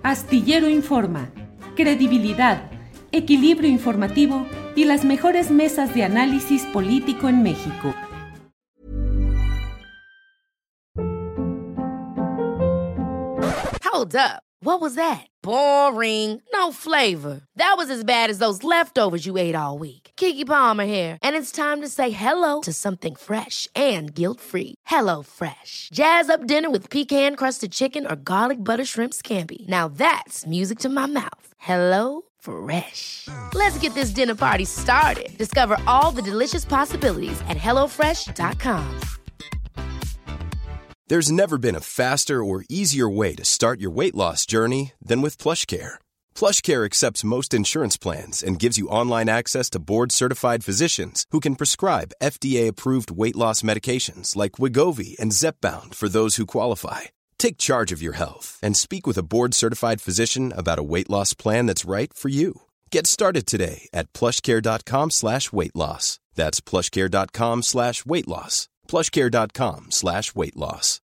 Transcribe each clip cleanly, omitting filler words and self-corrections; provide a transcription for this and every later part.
Astillero Informa, credibilidad, equilibrio informativo y las mejores mesas de análisis político en México. Hold up. What was that? Boring. No flavor. That was as bad as those leftovers you ate all week. Keke Palmer here, and it's time to say hello to something fresh and guilt-free. Hello Fresh. Jazz up dinner with pecan-crusted chicken or garlic butter shrimp scampi. Now that's music to my mouth. Hello Fresh. Let's get this dinner party started. Discover all the delicious possibilities at hellofresh.com. There's never been a faster or easier way to start your weight loss journey than with PlushCare. PlushCare accepts most insurance plans and gives you online access to board-certified physicians who can prescribe FDA-approved weight loss medications like Wegovy and Zepbound for those who qualify. Take charge of your health and speak with a board-certified physician about a weight loss plan that's right for you. Get started today at plushcare.com/weight loss. That's plushcare.com/weight loss. plushcare.com/weight loss.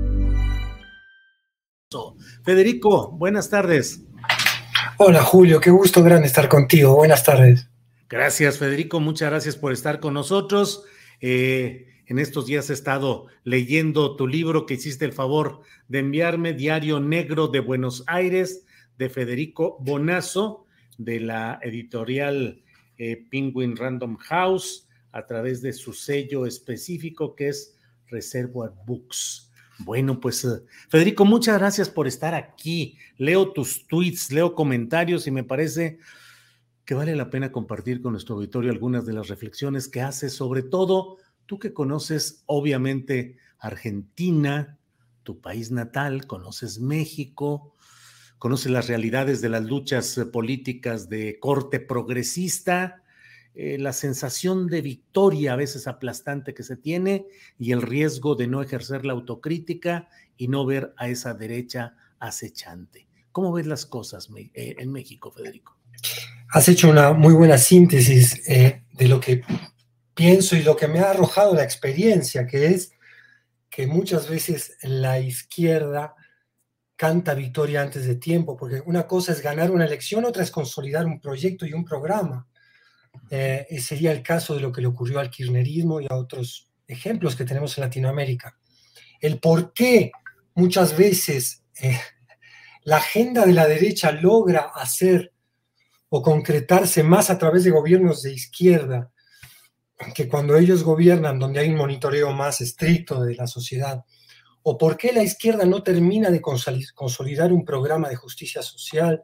Federico, buenas tardes. Hola Julio, qué gusto grande estar contigo. Buenas tardes. Gracias Federico, muchas gracias por estar con nosotros. En estos días he estado leyendo tu libro que hiciste el favor de enviarme, Diario Negro de Buenos Aires, de Federico Bonazo, de la editorial Penguin Random House, a través de su sello específico que es Reservoir Books. Bueno, pues Federico, muchas gracias por estar aquí. Leo tus tweets, leo comentarios y me parece que vale la pena compartir con nuestro auditorio algunas de las reflexiones que haces, sobre todo tú que conoces obviamente Argentina, tu país natal, conoces México, conoces las realidades de las luchas políticas de corte progresista, la sensación de victoria a veces aplastante que se tiene y el riesgo de no ejercer la autocrítica y no ver a esa derecha acechante. ¿Cómo ves las cosas en México, Federico? Has hecho una muy buena síntesis de lo que pienso y lo que me ha arrojado la experiencia, que es que muchas veces la izquierda canta victoria antes de tiempo, porque una cosa es ganar una elección, otra es consolidar un proyecto y un programa. Sería el caso de lo que le ocurrió al kirchnerismo y a otros ejemplos que tenemos en Latinoamérica. El por qué muchas veces la agenda de la derecha logra hacer o concretarse más a través de gobiernos de izquierda que cuando ellos gobiernan donde hay un monitoreo más estricto de la sociedad, o por qué la izquierda no termina de consolidar un programa de justicia social.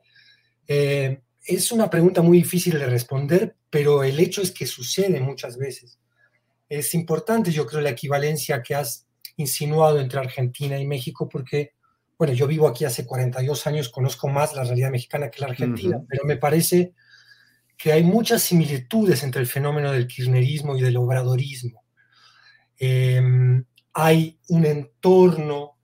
Es una pregunta muy difícil de responder, pero el hecho es que sucede muchas veces. Es importante, yo creo, la equivalencia que has insinuado entre Argentina y México, porque, bueno, yo vivo aquí hace 42 años, conozco más la realidad mexicana que la argentina, pero me parece que hay muchas similitudes entre el fenómeno del kirchnerismo y del obradorismo. Hay un entorno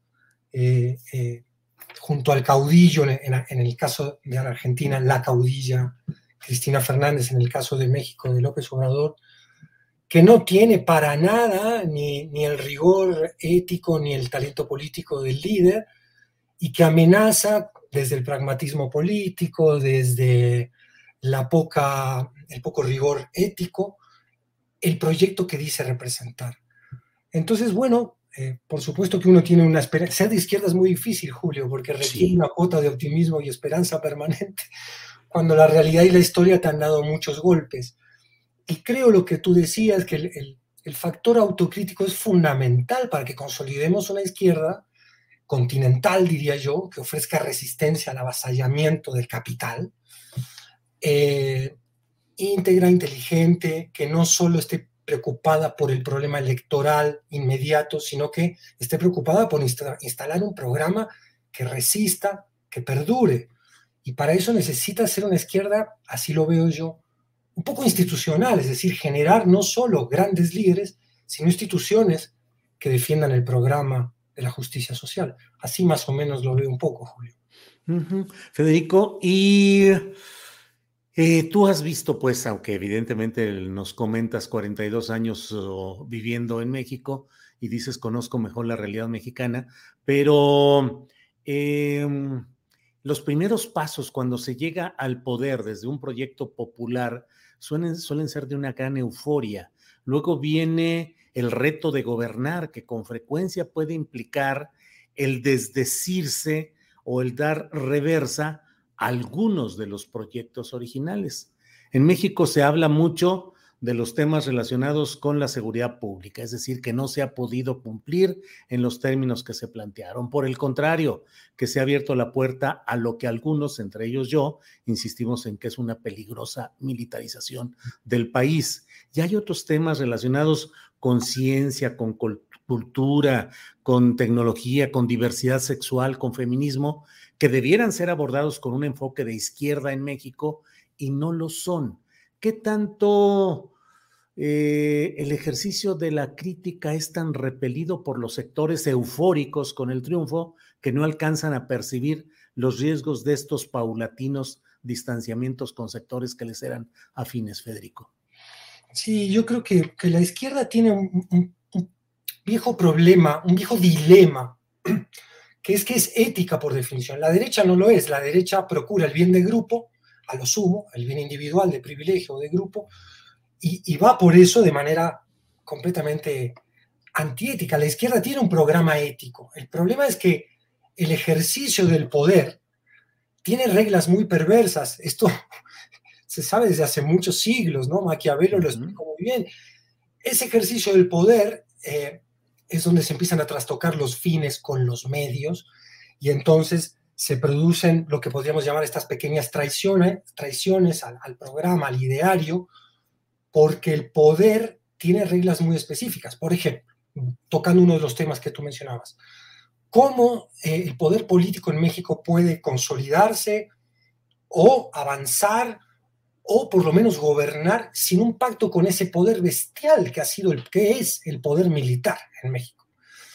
junto al caudillo, en el caso de Argentina, la caudilla Cristina Fernández, en el caso de México, de López Obrador, que no tiene para nada ni el rigor ético ni el talento político del líder, y que amenaza desde el pragmatismo político, desde el poco rigor ético, el proyecto que dice representar. Entonces, bueno, por supuesto que uno tiene una esperanza. Ser de izquierda es muy difícil, Julio, porque requiere una cuota de optimismo y esperanza permanente, cuando la realidad y la historia te han dado muchos golpes. Y creo lo que tú decías, que el factor autocrítico es fundamental para que consolidemos una izquierda continental, diría yo, que ofrezca resistencia al avasallamiento del capital, íntegra, inteligente, que no solo esté preocupada por el problema electoral inmediato, sino que esté preocupada por instalar un programa que resista, que perdure. Y para eso necesita ser una izquierda, así lo veo yo, un poco institucional, es decir, generar no solo grandes líderes, sino instituciones que defiendan el programa de la justicia social. Así más o menos lo veo un poco, Julio. Federico, y tú has visto, pues, aunque evidentemente nos comentas 42 años viviendo en México y dices conozco mejor la realidad mexicana, pero los primeros pasos cuando se llega al poder desde un proyecto popular suelen ser de una gran euforia. Luego viene el reto de gobernar, que con frecuencia puede implicar el desdecirse o el dar reversa a algunos de los proyectos originales. En México se habla mucho de los temas relacionados con la seguridad pública, es decir, que no se ha podido cumplir en los términos que se plantearon. Por el contrario, que se ha abierto la puerta a lo que algunos, entre ellos yo, insistimos en que es una peligrosa militarización del país. Y hay otros temas relacionados con ciencia, con cultura, con tecnología, con diversidad sexual, con feminismo, que debieran ser abordados con un enfoque de izquierda en México y no lo son. ¿Qué tanto el ejercicio de la crítica es tan repelido por los sectores eufóricos con el triunfo que no alcanzan a percibir los riesgos de estos paulatinos distanciamientos con sectores que les eran afines, Federico? Sí, yo creo que la izquierda tiene un viejo problema, un viejo dilema, que es ética por definición. La derecha no lo es. La derecha procura el bien de grupo, a lo sumo, el bien individual de privilegio o de grupo, y va por eso de manera completamente antiética. La izquierda tiene un programa ético. El problema es que el ejercicio del poder tiene reglas muy perversas. Esto se sabe desde hace muchos siglos, ¿no? Maquiavelo lo explicó muy bien. Ese ejercicio del poder es donde se empiezan a trastocar los fines con los medios, y entonces se producen lo que podríamos llamar estas pequeñas traiciones al programa, al ideario, porque el poder tiene reglas muy específicas. Por ejemplo, tocando uno de los temas que tú mencionabas, ¿cómo el poder político en México puede consolidarse o avanzar o por lo menos gobernar sin un pacto con ese poder bestial que es el poder militar en México?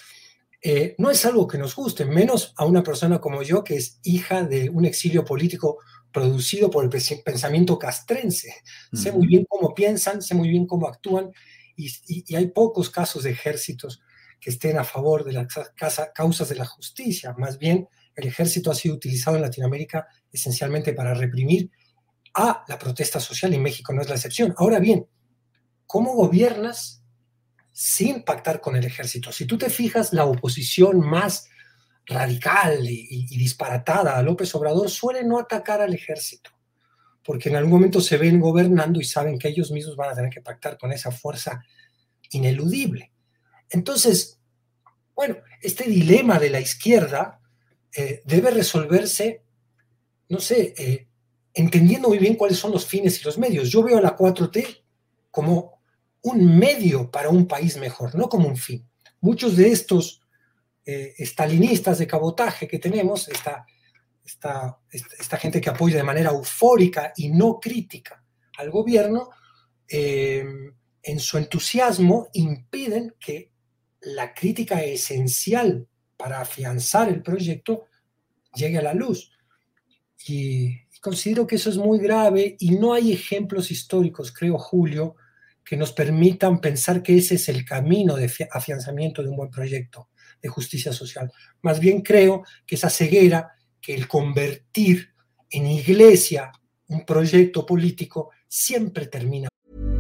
No es algo que nos guste, menos a una persona como yo, que es hija de un exilio político producido por el pensamiento castrense. Sé muy bien cómo piensan, sé muy bien cómo actúan, y hay pocos casos de ejércitos que estén a favor de las causas de la justicia. Más bien, el ejército ha sido utilizado en Latinoamérica esencialmente para reprimir a la protesta social, y México no es la excepción. Ahora bien, ¿cómo gobiernas sin pactar con el ejército? Si tú te fijas, la oposición más radical y disparatada a López Obrador suele no atacar al ejército, porque en algún momento se ven gobernando y saben que ellos mismos van a tener que pactar con esa fuerza ineludible. Entonces, bueno, este dilema de la izquierda debe resolverse, no sé, entendiendo muy bien cuáles son los fines y los medios. Yo veo a la 4T como un medio para un país mejor, no como un fin. Muchos de estos estalinistas de cabotaje que tenemos, esta gente que apoya de manera eufórica y no crítica al gobierno, en su entusiasmo impiden que la crítica esencial para afianzar el proyecto llegue a la luz. Y considero que eso es muy grave, y no hay ejemplos históricos, creo, Julio, que nos permitan pensar que ese es el camino de afianzamiento de un buen proyecto de justicia social. Más bien creo que esa ceguera, que el convertir en iglesia un proyecto político, siempre termina.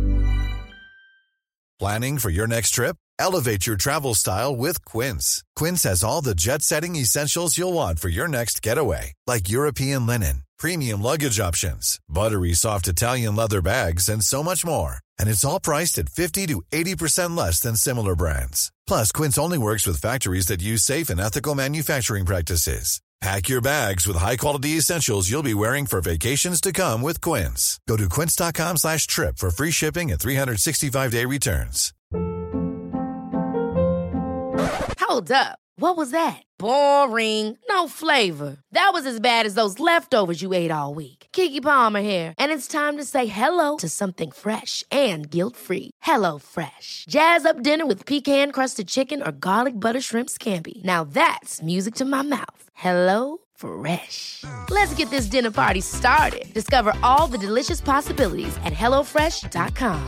Planning for your next trip? Elevate your travel style with Quince. Quince has all the jet-setting essentials you'll want for your next getaway, like European linen, premium luggage options, buttery soft Italian leather bags, and so much more. And it's all priced at 50 to 80% less than similar brands. Plus, Quince only works with factories that use safe and ethical manufacturing practices. Pack your bags with high-quality essentials you'll be wearing for vacations to come with Quince. Go to quince.com/trip for free shipping and 365-day returns. Hold up. What was that? Boring. No flavor. That was as bad as those leftovers you ate all week. Keke Palmer here, and it's time to say hello to something fresh and guilt-free. HelloFresh. Jazz up dinner with pecan-crusted chicken or garlic butter shrimp scampi. Now that's music to my mouth. HelloFresh. Let's get this dinner party started. Discover all the delicious possibilities at HelloFresh.com.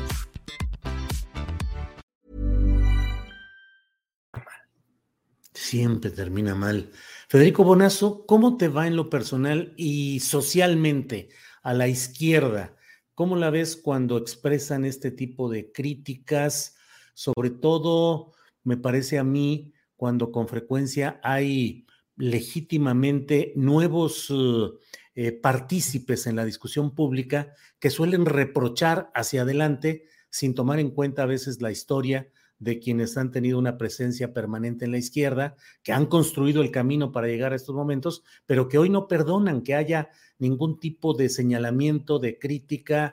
Siempre termina mal. Federico Bonazo, ¿cómo te va en lo personal y socialmente a la izquierda? ¿Cómo la ves cuando expresan este tipo de críticas? Sobre todo, me parece a mí, cuando con frecuencia hay legítimamente nuevos partícipes en la discusión pública que suelen reprochar hacia adelante sin tomar en cuenta a veces la historia de quienes han tenido una presencia permanente en la izquierda, que han construido el camino para llegar a estos momentos, pero que hoy no perdonan que haya ningún tipo de señalamiento, de crítica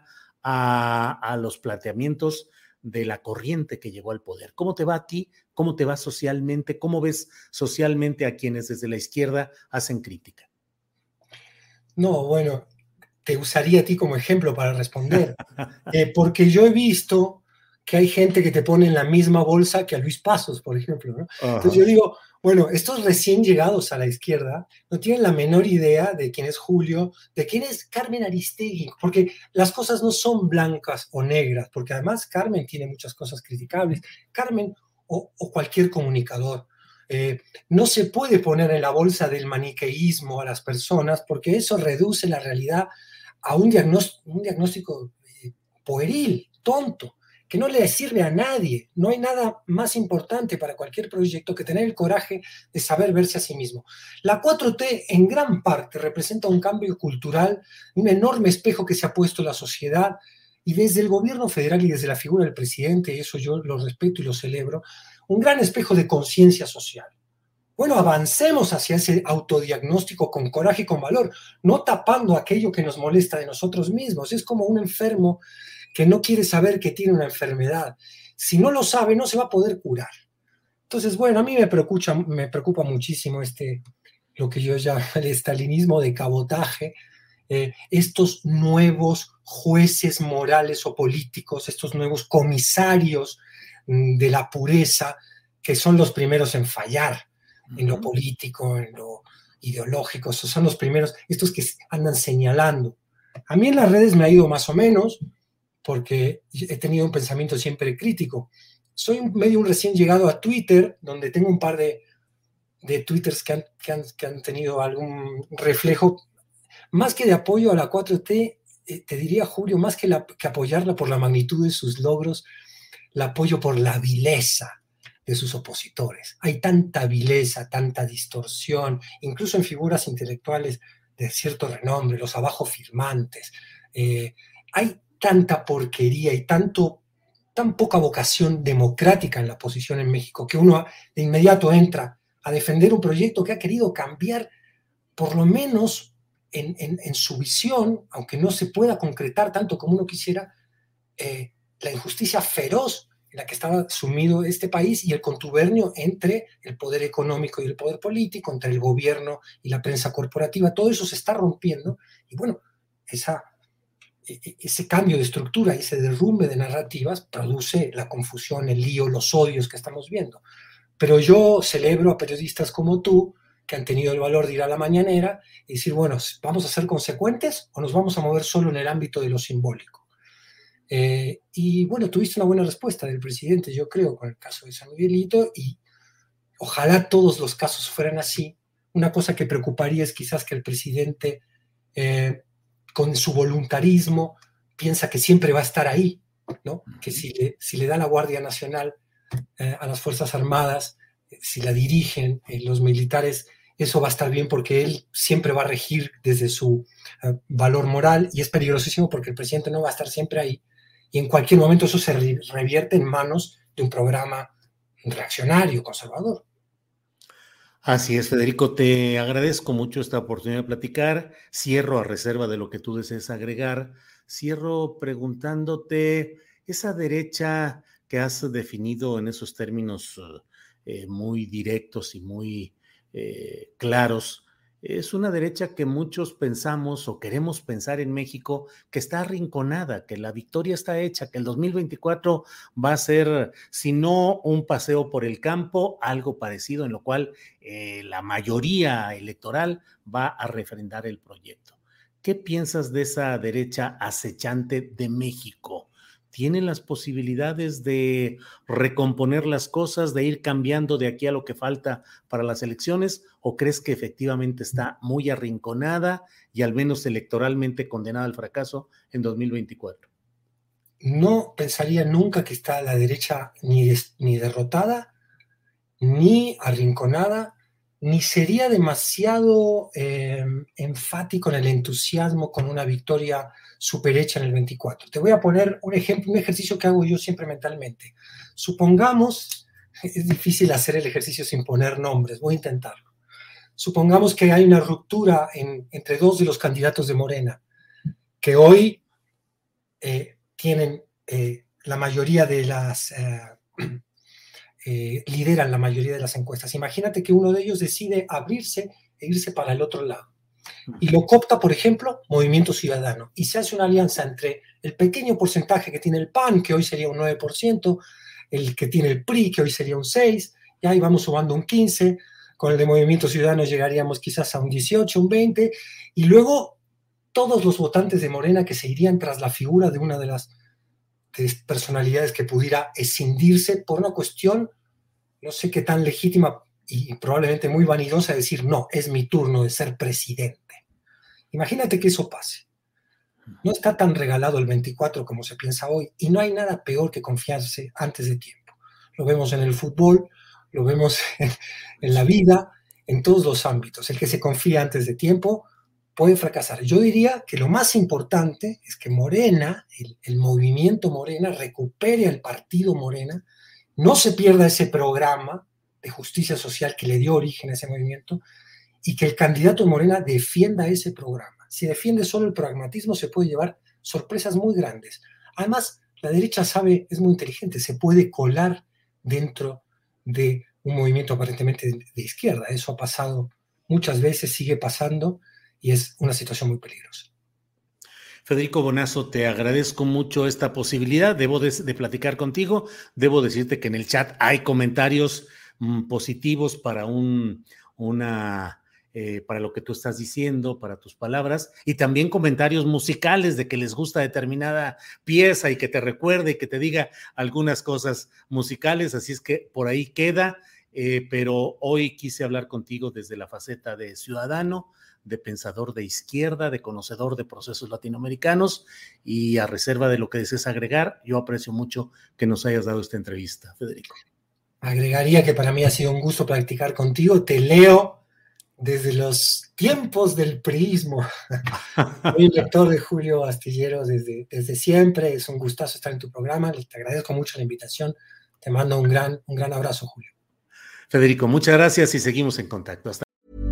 a los planteamientos de la corriente que llegó al poder. ¿Cómo te va a ti? ¿Cómo te va socialmente? ¿Cómo ves socialmente a quienes desde la izquierda hacen crítica? No, bueno, te usaría a ti como ejemplo para responder, porque yo he visto que hay gente que te pone en la misma bolsa que a Luis Pasos, por ejemplo, ¿no? Entonces yo digo, bueno, estos recién llegados a la izquierda no tienen la menor idea de quién es Julio, de quién es Carmen Aristegui, porque las cosas no son blancas o negras, porque además Carmen tiene muchas cosas criticables. Carmen o cualquier comunicador. No se puede poner en la bolsa del maniqueísmo a las personas porque eso reduce la realidad a un diagnóstico pueril, tonto, que no le sirve a nadie. No hay nada más importante para cualquier proyecto que tener el coraje de saber verse a sí mismo. La 4T en gran parte representa un cambio cultural, un enorme espejo que se ha puesto la sociedad, y desde el gobierno federal y desde la figura del presidente, y eso yo lo respeto y lo celebro, un gran espejo de conciencia social. Bueno, avancemos hacia ese autodiagnóstico con coraje y con valor, no tapando aquello que nos molesta de nosotros mismos. Es como un enfermo que no quiere saber que tiene una enfermedad. Si no lo sabe, no se va a poder curar. Entonces, bueno, a mí me preocupa muchísimo lo que yo llamo el estalinismo de cabotaje, estos nuevos jueces morales o políticos, estos nuevos comisarios de la pureza, que son los primeros en fallar en lo político, en lo ideológico. Esos son los primeros, estos que andan señalando. A mí en las redes me ha ido más o menos, porque he tenido un pensamiento siempre crítico. Soy medio un recién llegado a Twitter, donde tengo un par de twitters que han tenido algún reflejo, más que de apoyo a la 4T, te diría, Julio, más que apoyarla por la magnitud de sus logros, la apoyo por la vileza de sus opositores. Hay tanta vileza, tanta distorsión, incluso en figuras intelectuales de cierto renombre, los abajo firmantes. Hay tanta porquería y tan poca vocación democrática en la oposición en México, que uno de inmediato entra a defender un proyecto que ha querido cambiar, por lo menos en su visión, aunque no se pueda concretar tanto como uno quisiera, la injusticia feroz en la que estaba sumido este país y el contubernio entre el poder económico y el poder político, entre el gobierno y la prensa corporativa. Todo eso se está rompiendo y bueno, ese cambio de estructura, ese derrumbe de narrativas produce la confusión, el lío, los odios que estamos viendo. Pero yo celebro a periodistas como tú que han tenido el valor de ir a la mañanera y decir, bueno, ¿vamos a ser consecuentes o nos vamos a mover solo en el ámbito de lo simbólico? Y bueno, tuviste una buena respuesta del presidente, yo creo, con el caso de San Miguelito, y ojalá todos los casos fueran así. Una cosa que preocuparía es quizás que el presidente, con su voluntarismo, piensa que siempre va a estar ahí, ¿no? Que si le da la Guardia Nacional a las Fuerzas Armadas, si la dirigen los militares, eso va a estar bien porque él siempre va a regir desde su valor moral, y es peligrosísimo porque el presidente no va a estar siempre ahí y en cualquier momento eso se revierte en manos de un programa reaccionario, conservador. Así es, Federico, te agradezco mucho esta oportunidad de platicar. Cierro a reserva de lo que tú desees agregar. Cierro preguntándote, esa derecha que has definido en esos términos muy directos y muy claros, es una derecha que muchos pensamos o queremos pensar en México que está arrinconada, que la victoria está hecha, que el 2024 va a ser, si no un paseo por el campo, algo parecido en lo cual la mayoría electoral va a refrendar el proyecto. ¿Qué piensas de esa derecha acechante de México? ¿tiene las posibilidades de recomponer las cosas, de ir cambiando de aquí a lo que falta para las elecciones? ¿O crees que efectivamente está muy arrinconada y al menos electoralmente condenada al fracaso en 2024? No pensaría nunca que está la derecha ni derrotada, ni arrinconada, ni sería demasiado enfático en el entusiasmo con una victoria superhecha en el 24. Te voy a poner un ejemplo, un ejercicio que hago yo siempre mentalmente. Supongamos, es difícil hacer el ejercicio sin poner nombres, voy a intentarlo. Supongamos que hay una ruptura entre dos de los candidatos de Morena, que hoy tienen la mayoría de las... lideran la mayoría de las encuestas. Imagínate que uno de ellos decide abrirse e irse para el otro lado. Y lo coopta, por ejemplo, Movimiento Ciudadano. Y se hace una alianza entre el pequeño porcentaje que tiene el PAN, que hoy sería un 9%, el que tiene el PRI, que hoy sería un 6%, y ahí vamos sumando un 15%, con el de Movimiento Ciudadano llegaríamos quizás a un 18%, un 20%, y luego todos los votantes de Morena que se irían tras la figura de una de las personalidades que pudiera escindirse por una cuestión, no sé qué tan legítima y probablemente muy vanidosa, decir, no, es mi turno de ser presidente. Imagínate que eso pase. No está tan regalado el 24 como se piensa hoy, y no hay nada peor que confiarse antes de tiempo. Lo vemos en el fútbol, lo vemos en la vida, en todos los ámbitos. El que se confía antes de tiempo puede fracasar. Yo diría que lo más importante es que Morena, el movimiento Morena, recupere al partido Morena, no se pierda ese programa de justicia social que le dio origen a ese movimiento, y que el candidato de Morena defienda ese programa. Si defiende solo el pragmatismo, se puede llevar sorpresas muy grandes. Además, la derecha es muy inteligente, se puede colar dentro de un movimiento aparentemente de izquierda. Eso ha pasado muchas veces, sigue pasando, y es una situación muy peligrosa. Federico Bonazo, te agradezco mucho esta posibilidad de platicar contigo. Debo decirte que en el chat hay comentarios positivos para para lo que tú estás diciendo, para tus palabras, y también comentarios musicales de que les gusta determinada pieza y que te recuerde y que te diga algunas cosas musicales, así es que por ahí queda, pero hoy quise hablar contigo desde la faceta de ciudadano, de pensador de izquierda, de conocedor de procesos latinoamericanos, y a reserva de lo que desees agregar, yo aprecio mucho que nos hayas dado esta entrevista, Federico. Agregaría que para mí ha sido un gusto practicar contigo, te leo desde los tiempos del priismo. Soy lector de Julio Astillero desde siempre, es un gustazo estar en tu programa, te agradezco mucho la invitación, te mando un gran abrazo, Julio. Federico, muchas gracias y seguimos en contacto. Hasta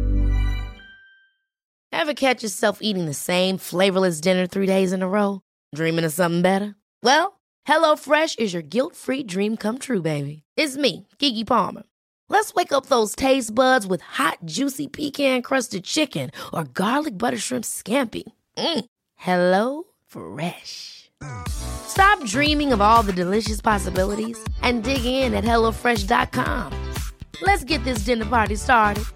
Ever catch yourself eating the same flavorless dinner 3 days in a row? Dreaming of something better? Well, HelloFresh is your guilt-free dream come true, baby. It's me, Keke Palmer. Let's wake up those taste buds with hot, juicy pecan-crusted chicken or garlic butter shrimp scampi. Hello Fresh. Stop dreaming of all the delicious possibilities and dig in at HelloFresh.com. Let's get this dinner party started.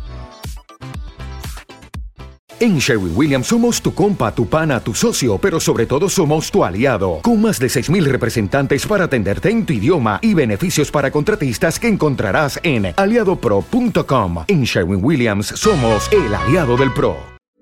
En Sherwin-Williams somos tu compa, tu pana, tu socio, pero sobre todo somos tu aliado, con más de 6,000 representantes para atenderte en tu idioma y beneficios para contratistas que encontrarás en aliadopro.com. En Sherwin-Williams somos el aliado del pro.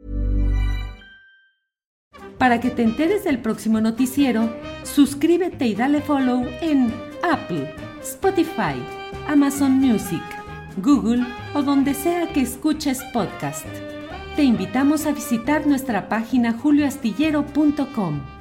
Para que te enteres del próximo noticiero, suscríbete y dale follow en Apple, Spotify, Amazon Music, Google o donde sea que escuches podcast. Te invitamos a visitar nuestra página julioastillero.com.